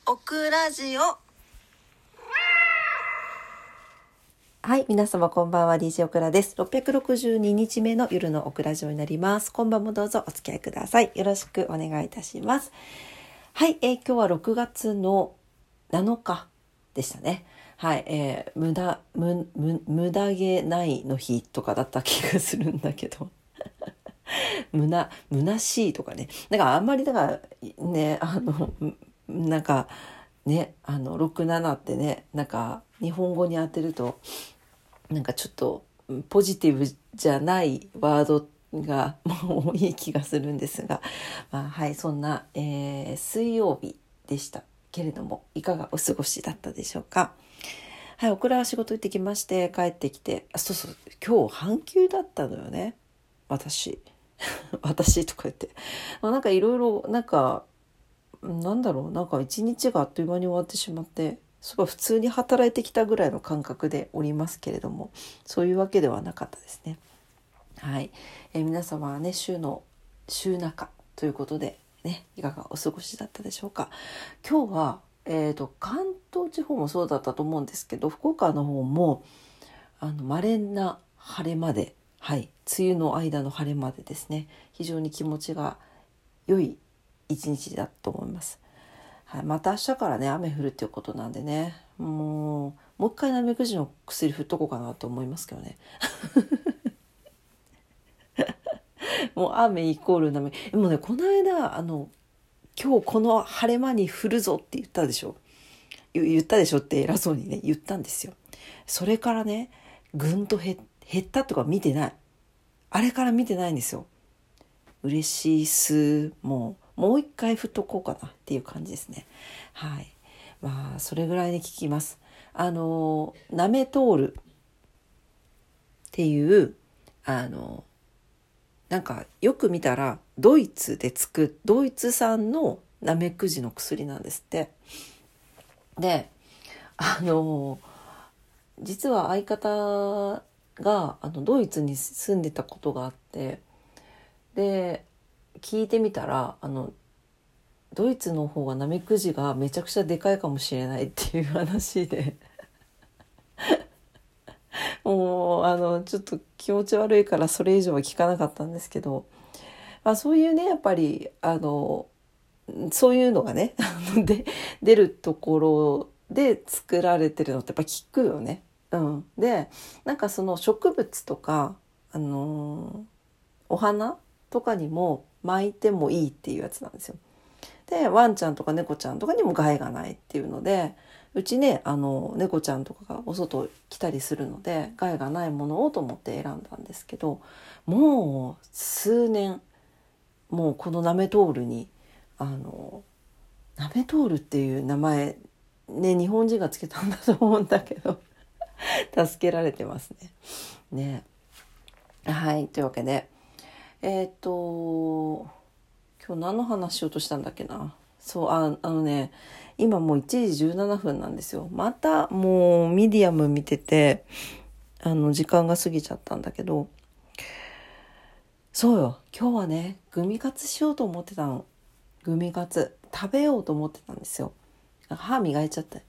オクラジオ。 はい、皆様こんばんは。 DJ オクラです。662日目の夜のオクラジオになります。今晩もどうぞお付き合いください。よろしくお願いいたします。はい、今日は6月の7日でしたね。はい、無駄毛ないの日とかだった気がするんだけど虚しいとかね、だからあんまりだからね、なんかね、67ってね、なんか日本語に当てるとなんかちょっとポジティブじゃないワードが多い気がするんですが、はい、そんな、水曜日でしたけれども、いかがお過ごしだったでしょうか。はい、オクラは仕事行ってきまして、帰ってきて、そう今日半休だったのよね、私とか言って、なんかいろいろなんか一日があっという間に終わってしまって、普通に働いてきたぐらいの感覚でおりますけれども、そういうわけではなかったですね。はい、皆様はね、週中ということでね、いかがお過ごしだったでしょうか。今日は、関東地方もそうだったと思うんですけど、福岡の方も稀な晴れまで、はい、梅雨の間の晴れまでですね、非常に気持ちが良い一日だと思います。はい、また明日からね、雨降るっていうことなんでね、もう一回ナメクジの薬振っとこうかなと思いますけどねもう雨イコールナメ。でもね、この間今日この晴れ間に降るぞって言ったでしょって偉そうにね言ったんですよ。それからね、ぐんと減ったとか見てない。あれから見てないんですよ。嬉しいす。もう一回振っとこうかなっていう感じですね。はい、それぐらいに聞きます。なめ通るっていうなんかよく見たらドイツ産のナメクジの薬なんですって。で実は相方がドイツに住んでたことがあって、で聞いてみたらドイツの方がナメクジがめちゃくちゃでかいかもしれないっていう話でもうちょっと気持ち悪いからそれ以上は聞かなかったんですけど、そういうね、やっぱりそういうのがねで出るところで作られてるのってやっぱ効くよね。でなんかその植物とか、お花とかにも巻いてもいいっていうやつなんですよ。でワンちゃんとか猫ちゃんとかにも害がないっていうので、うちね猫ちゃんとかがお外来たりするので害がないものをと思って選んだんですけど、もう数年、もうこのナメトールにナメトールっていう名前ね、日本人がつけたんだと思うんだけど助けられてますね。はい、というわけで今日何の話しようとしたんだっけな。今もう1時17分なんですよ。またもうミディアム見てて時間が過ぎちゃったんだけど、そうよ、今日はねグミカツしようと思ってたの。グミカツ食べようと思ってたんですよ。歯磨いちゃった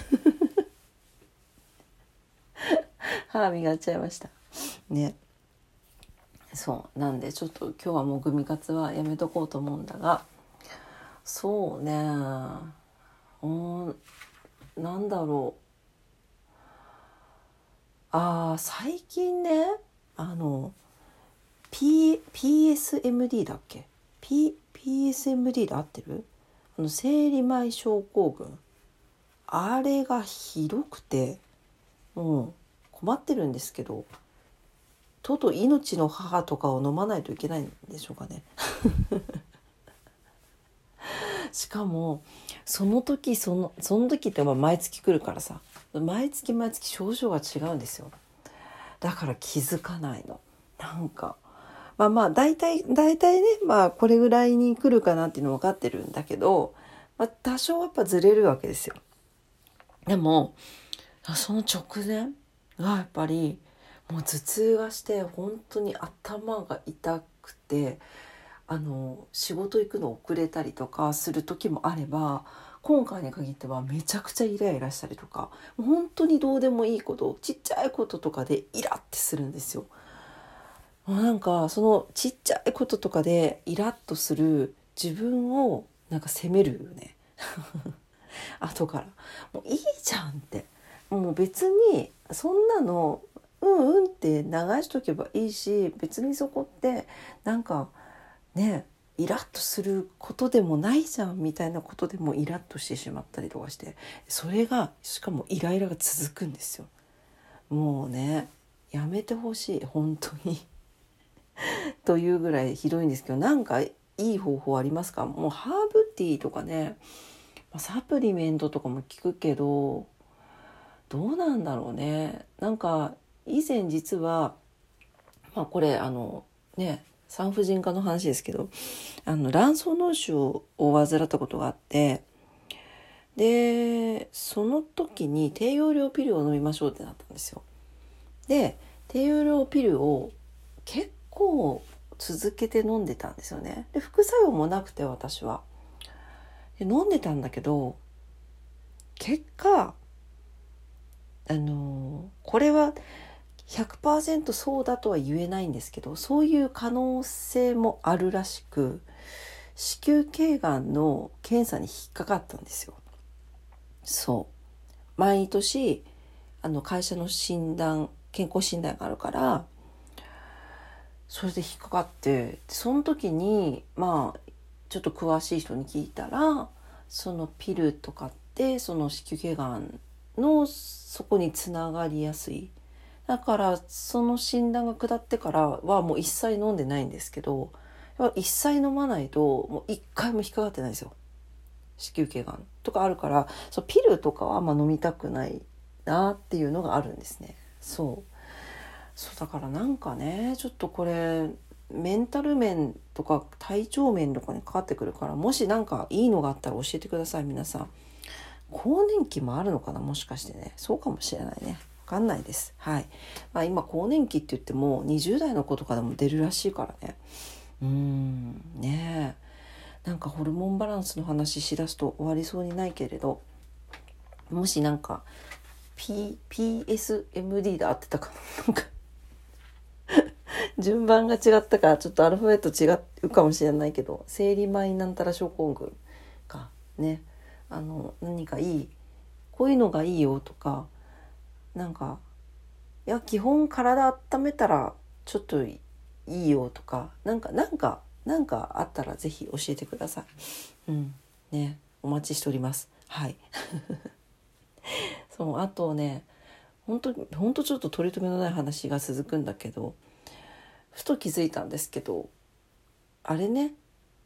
歯磨いちゃいましたね。そうなんで、ちょっと今日はもうグミカツはやめとこうと思うんだが、そうね、なんだろう、最近ねPSMD だっけ、PSMD で合ってる？生理前症候群、あれがひどくて、困ってるんですけど、とうとう命の母とかを飲まないといけないんでしょうかねしかもその時って毎月来るからさ、毎月症状が違うんですよ。だから気づかないの。なんか大体ね、これぐらいに来るかなっていうの分かってるんだけど、多少やっぱずれるわけですよ。でもその直前がやっぱりもう頭痛がして本当に頭が痛くて、仕事行くの遅れたりとかする時もあれば、 今回に限ってはめちゃくちゃイライラしたりとか、もう本当にどうでもいいこと、ちっちゃいこととかでイラってするんですよ。なんかそのちっちゃいこととかでイラッとする自分をなんか責めるよね後から。もういいじゃんって、もう別にそんなのうんって流しとけばいいし、別にそこってなんかねイラッとすることでもないじゃんみたいなことでもイラッとしてしまったりとかして、それがしかもイライラが続くんですよ。もうねやめてほしい本当にというぐらいひどいんですけど、なんかいい方法ありますか？もうハーブティーとかね、サプリメントとかも効くけど、どうなんだろうね。なんか以前実は、これ産婦人科の話ですけど、卵巣脳腫を患ったことがあって、でその時に低用量ピルを飲みましょうってなったんですよ。で低用量ピルを結構続けて飲んでたんですよね。で副作用もなくて私はで飲んでたんだけど、結果これは100% そうだとは言えないんですけど、そういう可能性もあるらしく、子宮頸がんの検査に引っかかったんですよ。そう毎年会社の健康診断があるから、それで引っかかって、その時にちょっと詳しい人に聞いたら、そのピルとかってその子宮頸がんのそこにつながりやすい。だからその診断が下ってからはもう一切飲んでないんですけど、一切飲まないともう一回も引っかかってないんですよ。子宮頸がんとかあるから、そうピルとかは飲みたくないなっていうのがあるんですね。そうだからなんかね、ちょっとこれメンタル面とか体調面とかにかかってくるから、もしなんかいいのがあったら教えてください皆さん。更年期もあるのかな、もしかしてね。そうかもしれないね、わかんないです。はい、今更年期って言っても20代の子とかでも出るらしいからね。ねえ、なんかホルモンバランスの話しだすと終わりそうにないけれど、もしなんか、PSMD で合ってたかな、なんか順番が違ったからちょっとアルファベット違うかもしれないけど、生理前なんたら症候群かね、何かいいこういうのがいいよとか、なんかいや基本体温めたらちょっといいよとか、なんかあったらぜひ教えてください。ね、お待ちしております。はいそう、あとね、本当ちょっと取り留めのない話が続くんだけど、ふと気づいたんですけど、あれね、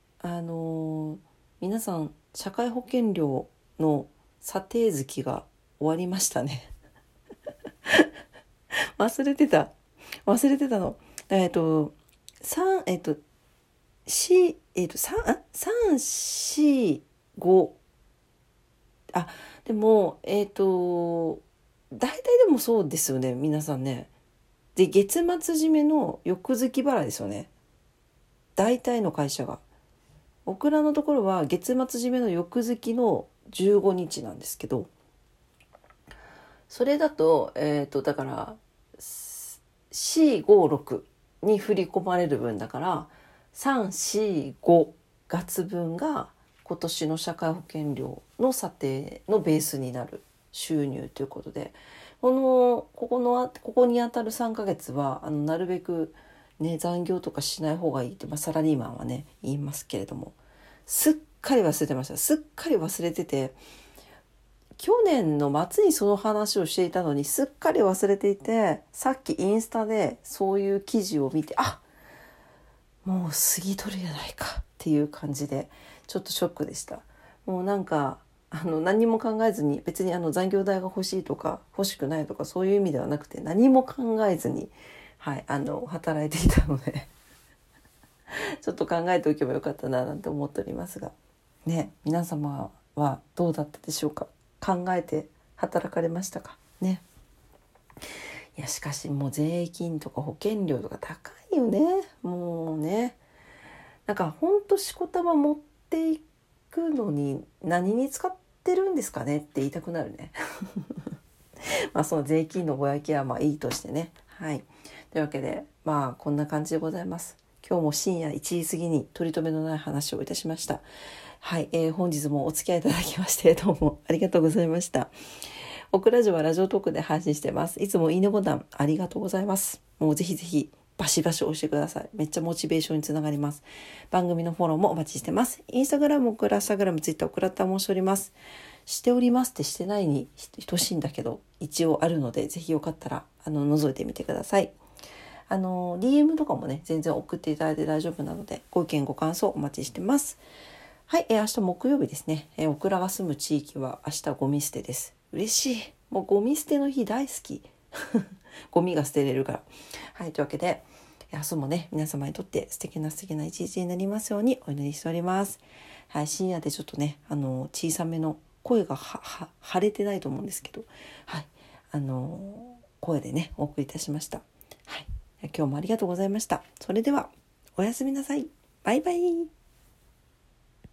皆さん社会保険料の査定月が終わりましたね忘れてたの。34 5でも大体でもそうですよね皆さんね。で月末締めの翌月払いですよね、大体の会社が。オクラのところは月末締めの翌月の15日なんですけど、それだとだから456に振り込まれる分だから、345月分が今年の社会保険料の査定のベースになる収入ということで、ここにあたる3ヶ月はなるべくね残業とかしない方がいいって、サラリーマンはね言いますけれども、すっかり忘れてました。すっかり忘れてて、去年の末にその話をしていたのにすっかり忘れていて、さっきインスタでそういう記事を見て、もう過ぎとるやないかっていう感じでちょっとショックでした。もうなんか何も考えずに、別に残業代が欲しいとか欲しくないとかそういう意味ではなくて、何も考えずに働いていたのでちょっと考えておけばよかったななんて思っておりますがね、皆様はどうだったでしょうか。考えて働かれましたかね。いやしかしもう税金とか保険料とか高いよね。もうね、なんかほんとしこたま持っていくのに何に使っってるんですかねって言いたくなるねまあその税金のぼやきはまあいいとしてね。はい。というわけでまあこんな感じでございます。今日も深夜1時過ぎに取り留めのない話をいたしました。はい、本日もお付き合いいただきましてどうもありがとうございました。オクラジオはラジオトークで配信してます。いつもいいねボタンありがとうございます。もうぜひぜひバシバシ押してください。めっちゃモチベーションにつながります。番組のフォローもお待ちしてます。インスタグラム、オクラスタグラム、ツイッター、オクラッターもしております。しておりますってしてないに等しいんだけど、一応あるので、ぜひよかったら覗いてみてください。DM とかもね、全然送っていただいて大丈夫なので、ご意見ご感想お待ちしてます。はい、明日木曜日ですね。オクラが住む地域は明日ゴミ捨てです。嬉しい。もうゴミ捨ての日大好き。ゴミが捨てれるから。はい、というわけで、明日もね、皆様にとって素敵な一日になりますようにお祈りしております。はい、深夜でちょっとね、小さめの声が腫れてないと思うんですけど、はい、声でね、お送りいたしました。はい、今日もありがとうございました。それでは、おやすみなさい。バイバイ。